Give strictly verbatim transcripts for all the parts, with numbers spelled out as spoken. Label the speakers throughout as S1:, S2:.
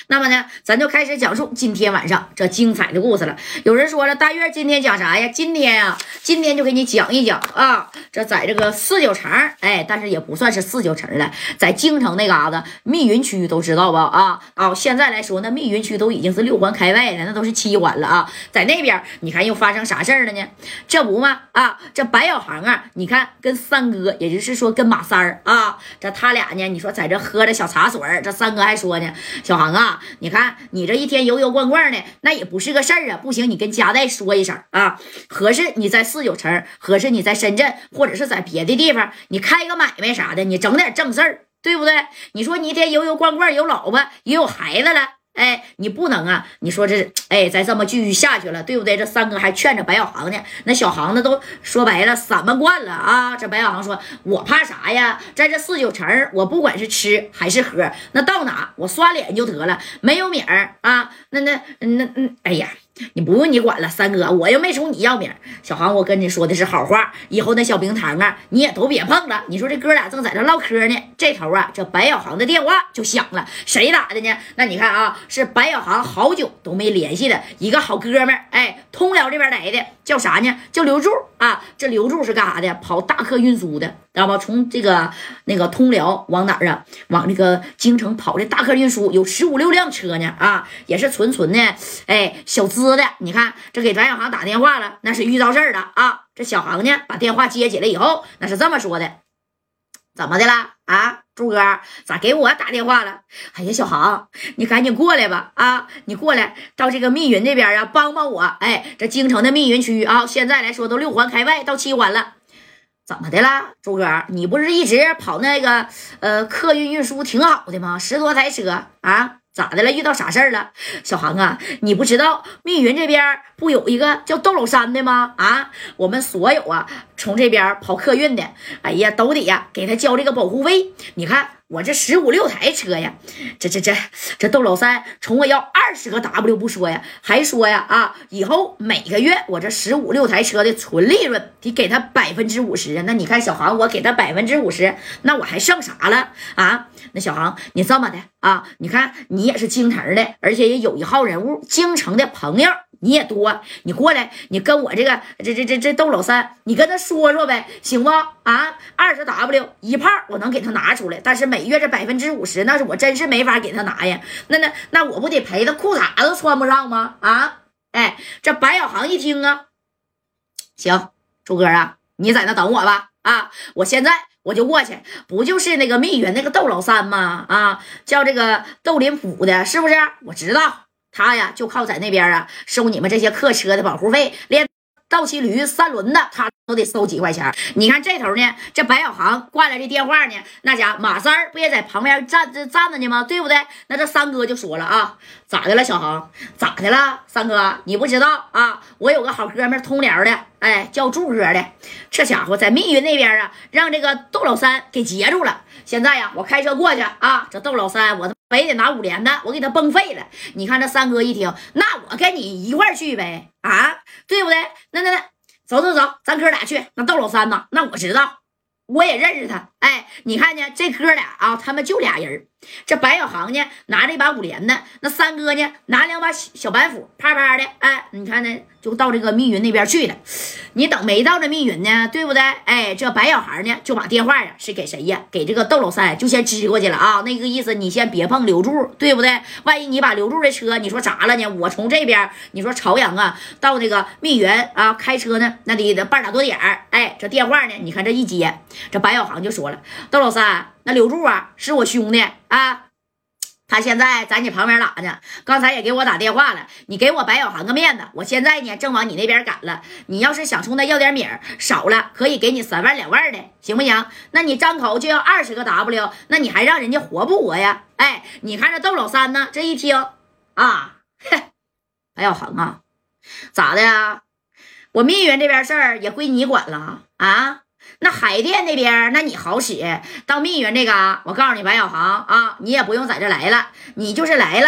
S1: 那么呢，咱就开始讲述今天晚上这精彩的故事了。有人说了，大月今天讲啥呀？今天啊，今天就给你讲一讲啊，这在这个四九城，哎，但是也不算是四九城了，在京城那嘎达密云区都知道吧？啊啊，现在来说呢，密云区都已经是六环开外了，那都是七环了啊。在那边，你看又发生啥事儿了呢？这不嘛啊，这白小航啊，你看跟三哥，也就是说跟马三儿啊，这他俩呢，你说在这喝着小茶水，这三哥还说呢，小航啊，你看你这一天游游逛逛的，那也不是个事儿啊，不行，你跟家代说一声啊，合适你在四九城，合适你在深圳，或者是在别的地方，你开个买卖啥的，你整点正事儿，对不对？你说你一天游游逛逛，有老婆也有孩子了。哎，你不能啊！你说这，哎，再这么继续下去了，对不对？这三哥还劝着白小航呢，那小航子都说白了，散漫惯了啊！这白小航说：“我怕啥呀？在这四九城，我不管是吃还是喝，那到哪我刷脸就得了，没有米儿啊！那那那嗯，哎呀。”你不用你管了，三哥，我又没从你要名。小航，我跟你说的是好话，以后那小冰糖啊，你也都别碰了。你说这哥俩正在这唠嗑呢，这头啊，这白小航的电话就响了，谁打的呢？那你看啊，是白小航好久都没联系的一个好哥们儿，哎，通辽这边来的，叫啥呢？叫刘柱啊。这刘柱是干啥的？跑大客运输的，知道吗？从这个那个通辽往哪儿啊？往这个京城跑的大客运输，有十五六辆车呢啊，也是纯纯的，哎，小资。的，你看这给白小航打电话了，那是遇到事儿了啊！这小航呢，把电话接起来以后，那是这么说的：怎么的了啊，柱哥，咋给我打电话了？哎呀，小航，你赶紧过来吧啊！你过来到这个密云这边啊，帮帮我！哎，这京城的密云区啊，现在来说都六环开外到七环了。怎么的了，柱哥？你不是一直跑那个呃客运运输挺好的吗？十多台车啊？咋的了？遇到啥事儿了？小航啊，你不知道密云这边不有一个叫窦老三的吗？啊，我们所有啊从这边跑客运的，哎呀，都得呀给他交这个保护费。你看我这十五六台车呀，这这这这窦老三从我要二十个 W 不说呀，还说呀啊，以后每个月我这十五六台车的纯利润得给他百分之五十啊。那你看小航，我给他百分之五十，那我还剩啥了啊？那小航，你这么的啊，你看你也是京城的，而且也有一号人物，京城的朋友你也多，你过来，你跟我这个这这这这窦老三，你跟他说说呗，行不啊？二十 W 一炮我能给他拿出来，但是每月这百分之五十，那是我真是没法给他拿呀。那那那我不得赔他裤衩子穿不上吗？啊，哎，这白小航一听啊，行，柱哥啊，你在那等我吧啊，我现在。我就过去，不就是那个密云那个窦老三吗？啊，叫这个窦林甫的，是不是？我知道他呀，就靠在那边啊收你们这些客车的保护费，连倒骑驴三轮的他都得收几块钱。你看这头呢，这白小航挂来这电话呢，那家马三儿不也在旁边站着站着呢吗？对不对？那这三哥就说了啊，咋的了，小航？咋的了，三哥？你不知道啊？我有个好哥们通辽的，哎，叫柱哥的，这家伙在密云那边啊，让这个窦老三给截住了。现在呀，我开车过去啊，这窦老三我非得拿五连的，我给他崩废了。你看这三哥一听，那我跟你一块儿去呗，啊，对不对？那那那，走走走，咱哥俩去。那窦老三呢？那我知道，我也认识他。哎，你看呢，这哥俩啊，他们就俩人。这白小航呢，拿着一把五连的，那三哥呢，拿两把小板斧，啪啪的，哎，你看呢，就到这个密云那边去了。你等没到这密云呢，对不对？哎，这白小航呢，就把电话呀是给谁呀？给这个窦老三，就先支过去了啊。那个意思，你先别碰刘柱，对不对？万一你把刘柱的车，你说砸了呢？我从这边，你说朝阳啊，到那个密云啊，开车呢，那得得半打多点儿。哎，这电话呢，你看这一接，这白小航就说了，窦老三。那刘柱啊，是我兄弟啊，他现在在你旁边打呢，刚才也给我打电话了，你给我白小航个面子，我现在呢正往你那边赶了，你要是想从他要点米儿，少了可以给你三万两万的，行不行？那你张口就要二十个 W， 那你还让人家活不活呀？哎，你看这窦老三呢，这一听啊，嘿，白小航啊，咋的呀？我密云这边事儿也归你管了啊？那海淀那边，那你好使，到密云这个，我告诉你白小航啊，你也不用在这来了，你就是来了，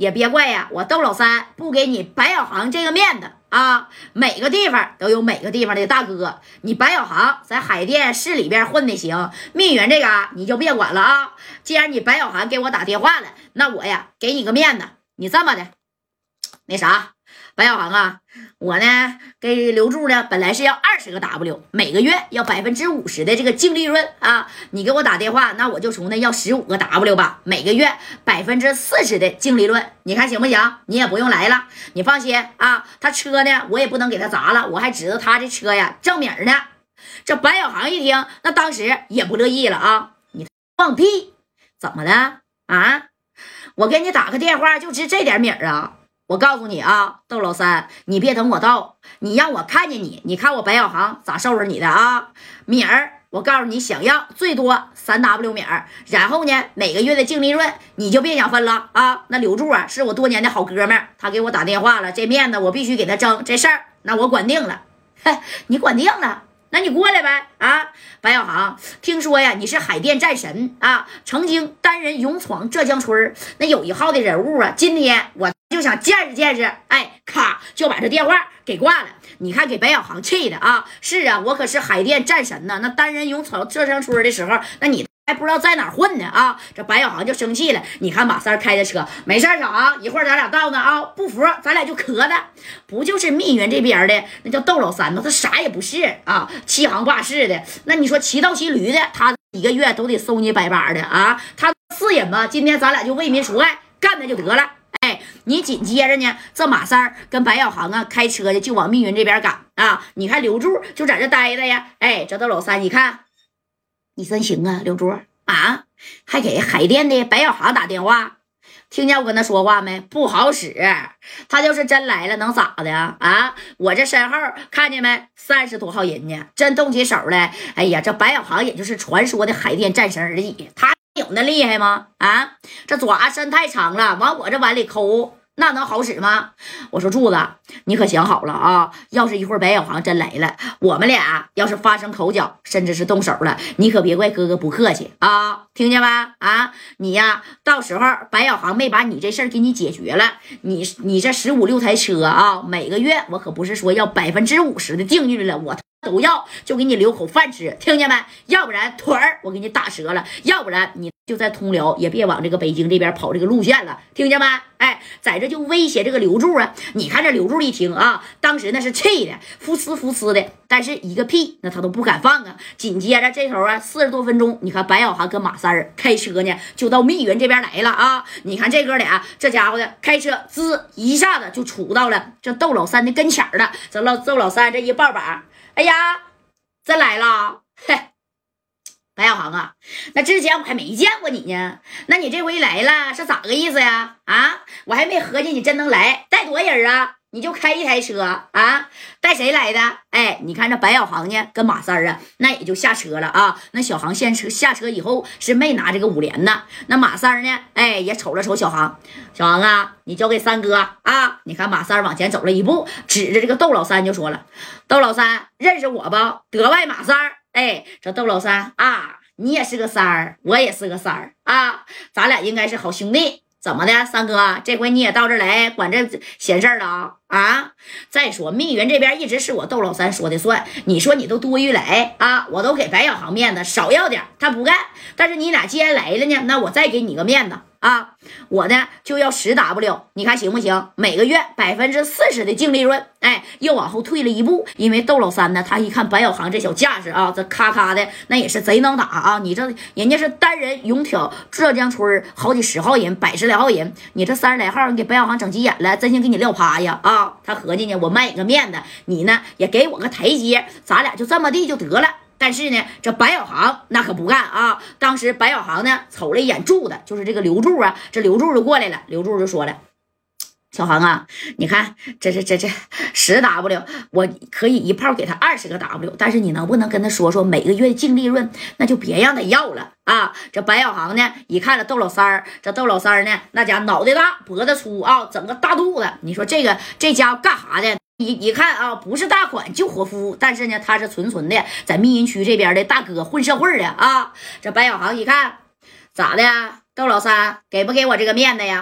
S1: 也别怪呀，我窦老三不给你白小航这个面子啊！每个地方都有每个地方的大哥，你白小航在海淀市里边混的行，密云这个你就别管了啊！既然你白小航给我打电话了，那我呀给你个面子，你这么的，那啥。白小航啊，我呢给刘柱呢，本来是要二十个 W， 每个月要百分之五十的这个净利润啊。你给我打电话，那我就从那要十五个 W 吧，每个月百分之四十的净利润，你看行不行？你也不用来了，你放心啊。他车呢，我也不能给他砸了，我还知道他这车呀正名呢。这白小航一听，那当时也不乐意了啊，你放屁，怎么的啊？我给你打个电话就值这点米儿啊？我告诉你啊，窦老三，你别等我到，你让我看见你，你看我白小航咋收拾你的啊？米儿，我告诉你，想要最多三 W 米儿，然后呢，每个月的净利润你就别想分了啊。那刘柱啊，是我多年的好哥们儿，他给我打电话了，这面子我必须给他争，这事儿那我管定了。嘿，你管定了？那你过来呗啊！白小航，听说呀，你是海淀战神啊，曾经单人勇闯浙江村，那有一号的人物啊。今天我就想见识见识，哎，咔就把这电话给挂了。你看给白小航气的啊！是啊，我可是海淀战神呢。那单人勇闯浙江村的时候，那你还不知道在哪混呢啊！这白小航就生气了。你看马三开的车，没事小航，一会儿咱俩到呢啊，不服咱俩就磕的。不就是密云这边的那叫窦老三吗？他啥也不是啊，欺行霸市的。那你说骑道骑驴的，他一个月都得收你百八的啊！他是人吗？今天咱俩就为民除害，干他就得了。哎，你紧接着呢，这马三跟白小航啊开车的就往密云这边赶啊！你看刘柱就在这待着呀。哎，这窦老三，你看你真行啊，刘柱啊，还给海淀的白小航打电话。听见我跟他说话没？不好使，他就是真来了能咋的啊？我这身后看见没？三十多号人呢，真动起手来。哎呀，这白小航也就是传说的海淀战神而已，他有那厉害吗？啊，这爪伸太长了，往我这碗里抠，那能好使吗？我说柱子，你可想好了啊！要是一会儿白小航真来了，我们俩要是发生口角，甚至是动手了，你可别怪哥哥不客气啊！听见吧？啊，你呀，到时候白小航没把你这事儿给你解决了，你你这十五六台车啊，每个月我可不是说要百分之五十的净利了，我都要，就给你留口饭吃，听见没？要不然腿儿我给你打折了，要不然你就在通辽也别往这个北京这边跑这个路线了，听见没？哎，在这就威胁这个刘柱啊！你看这刘柱一听啊，当时那是气的，噗呲噗呲的，但是一个屁那他都不敢放啊。紧接着这头啊，四十多分钟，你看白小航跟马三儿开车呢，就到密云这边来了啊！你看这哥俩，这家伙的开车滋一下子就杵到了这窦老三的跟前儿了。这老窦老三这一抱把，哎呀，真来了！嘿。白小航啊，那之前我还没见过你呢，那你这回来了是咋个意思呀？啊，我还没合计你真能来，带多人啊？你就开一台车啊？带谁来的？哎，你看这白小航呢，跟马三儿啊，那也就下车了啊。那小航下车下车以后是没拿这个五连的。那马三儿呢，哎，也瞅了瞅小航，小航啊，你交给三哥啊。你看马三儿往前走了一步，指着这个窦老三就说了：“窦老三，认识我不？德外马三儿。”哎，这窦老三啊，你也是个三儿，我也是个三儿啊，咱俩应该是好兄弟。怎么的，三哥，这回你也到这儿来管这闲事儿了啊？再说密云这边一直是我窦老三说的算，你说你都多余来啊，我都给白小航面子，少要点他不干。但是你俩既然来了呢，那我再给你个面子啊，我呢就要十 W， 你看行不行？每个月百分之四十的净利润。哎，又往后退了一步，因为窦老三呢，他一看白小航这小架势啊，这咔咔的那也是贼能打啊！你这人家是单人勇挑浙江村好几十号人，百十来号人，你这三十来号，你给白小航整急眼了，真想给你撂趴呀啊！他合计呢，我卖你个面子，你呢也给我个台阶，咱俩就这么地就得了。但是呢，这白小航那可不干啊！当时白小航呢瞅了一眼柱子，就是这个刘柱啊，这刘柱就过来了，刘柱就说了。小航啊，你看这这这这十 W， 我可以一炮给他二十个 W， 但是你能不能跟他说说每个月的净利润，那就别让他要了啊！这白小航呢，一看了窦老三儿，这窦老三儿呢，那家脑袋大脖子粗啊，整个大肚子，你说这个这家伙干啥的？一一看啊，不是大款就伙夫，但是呢，他是纯纯的在密云区这边的大哥，混社会的啊！这白小航一看，咋的呀？窦老三给不给我这个面子呀？我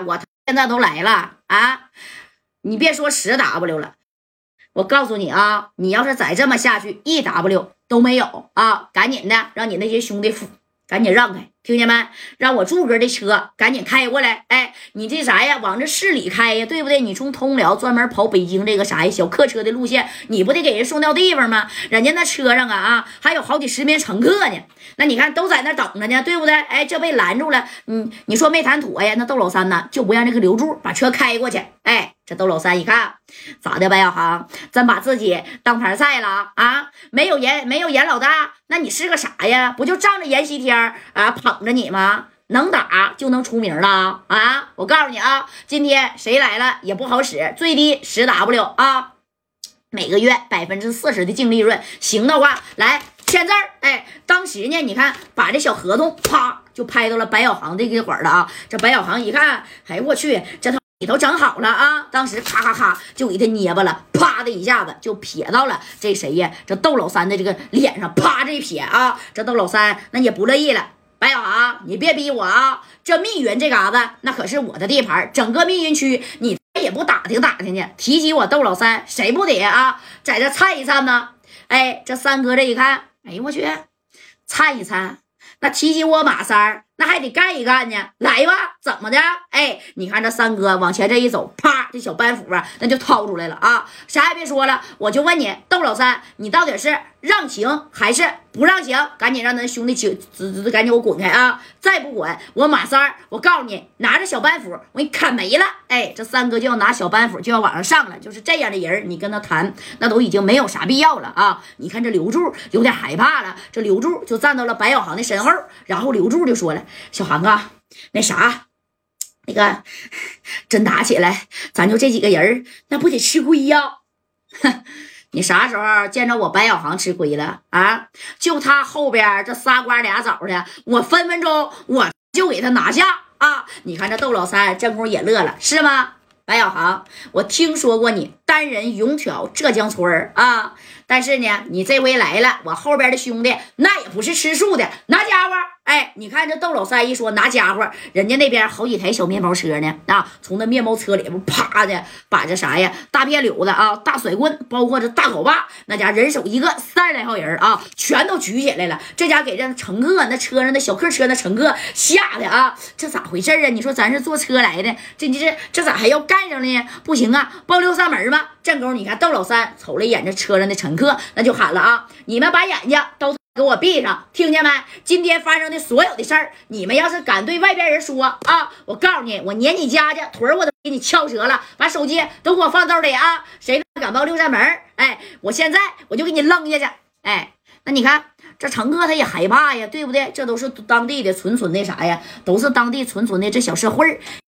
S1: 现在都来了啊！你别说十 W 了，我告诉你啊，你要是再这么下去，一 W 都没有啊！赶紧的，让你那些兄弟赶紧让开，听见没？让我柱哥的车赶紧开过来。哎，你这啥呀？往这市里开呀，对不对？你从通辽专门跑北京这个啥呀小客车的路线，你不得给人送到地方吗？人家那车上啊啊，还有好几十名乘客呢。那你看都在那等着呢，对不对？哎，这被拦住了，嗯，你说没谈妥呀？那窦老三呢，就不让这个刘柱把车开过去。哎，这窦老三一看，咋的？白小航真把自己当盘菜了啊？没有严没有严老大，那你是个啥呀？不就仗着阎锡天啊捧着你吗？能打就能出名了啊！我告诉你啊，今天谁来了也不好使，最低十 W 啊，每个月百分之四十的净利润，行的话来签字儿。哎，当时呢，你看把这小合同啪就拍到了白小航这个会儿了啊。这白小航一看，哎我去，这里头整好了啊！当时咔咔咔就给他捏巴了，啪的一下子就撇到了这谁呀？这窦老三的这个脸上，啪这一撇啊！这窦老三那也不乐意了。白小航，你别逼我啊！这密云这嘎子那可是我的地盘，整个密云区你也不打听打听去，提起我窦老三，谁不得啊？在这参一参呢？哎，这三哥这一看，哎呦我去，参一参，那提起我马三儿，那还得干一干呢。来吧，怎么的？哎，你看这三哥往前这一走，啪，这小班斧啊，那就掏出来了啊！啥也别说了，我就问你，窦老三，你到底是让情还是不让情？赶紧让咱兄弟去，赶紧给我滚开啊！再不滚，我马三儿，我告诉你，拿着小班斧，我给你砍没了！哎，这三哥就要拿小班斧，就要往上上了。就是这样的人，你跟他谈，那都已经没有啥必要了啊！你看这刘柱有点害怕了，这刘柱就站到了白小航的身后，然后刘柱就说了：“小航啊，那啥。”那个真打起来，咱就这几个人，那不得吃亏呀？哼，你啥时候见着我白小航吃亏了啊？就他后边这仨瓜俩枣的，我分分钟我就给他拿下啊！你看这窦老三这功也乐了，是吗？白小航，我听说过你单人勇挑浙江村啊，但是呢，你这回来了，我后边的兄弟那也不是吃素的，拿家伙。哎，你看这窦老三一说拿家伙，人家那边好几台小面包车呢啊，从那面包车里边啪的把这啥呀大片柳子啊、大甩棍，包括这大镐把，那家人手一个，三十来号人啊，全都举起来了。这家给这乘客那车上的小客车的乘客吓的啊，这咋回事啊？你说咱是坐车来的，这这这咋还要干上了呢？不行啊，报六扇门吧。正宫你看窦老三瞅了一眼这车上的乘客，那就喊了啊，你们把眼睛都给我闭上，听见没？今天发生的所有的事儿，你们要是敢对外边人说啊，我告诉你，我撵你家去，腿儿我都给你敲折了，把手机都给我放兜里啊！谁敢报六扇门？哎，我现在我就给你扔下去！哎，那你看这乘客他也害怕呀，对不对？这都是当地的纯纯的啥呀，都是当地纯纯的这小社会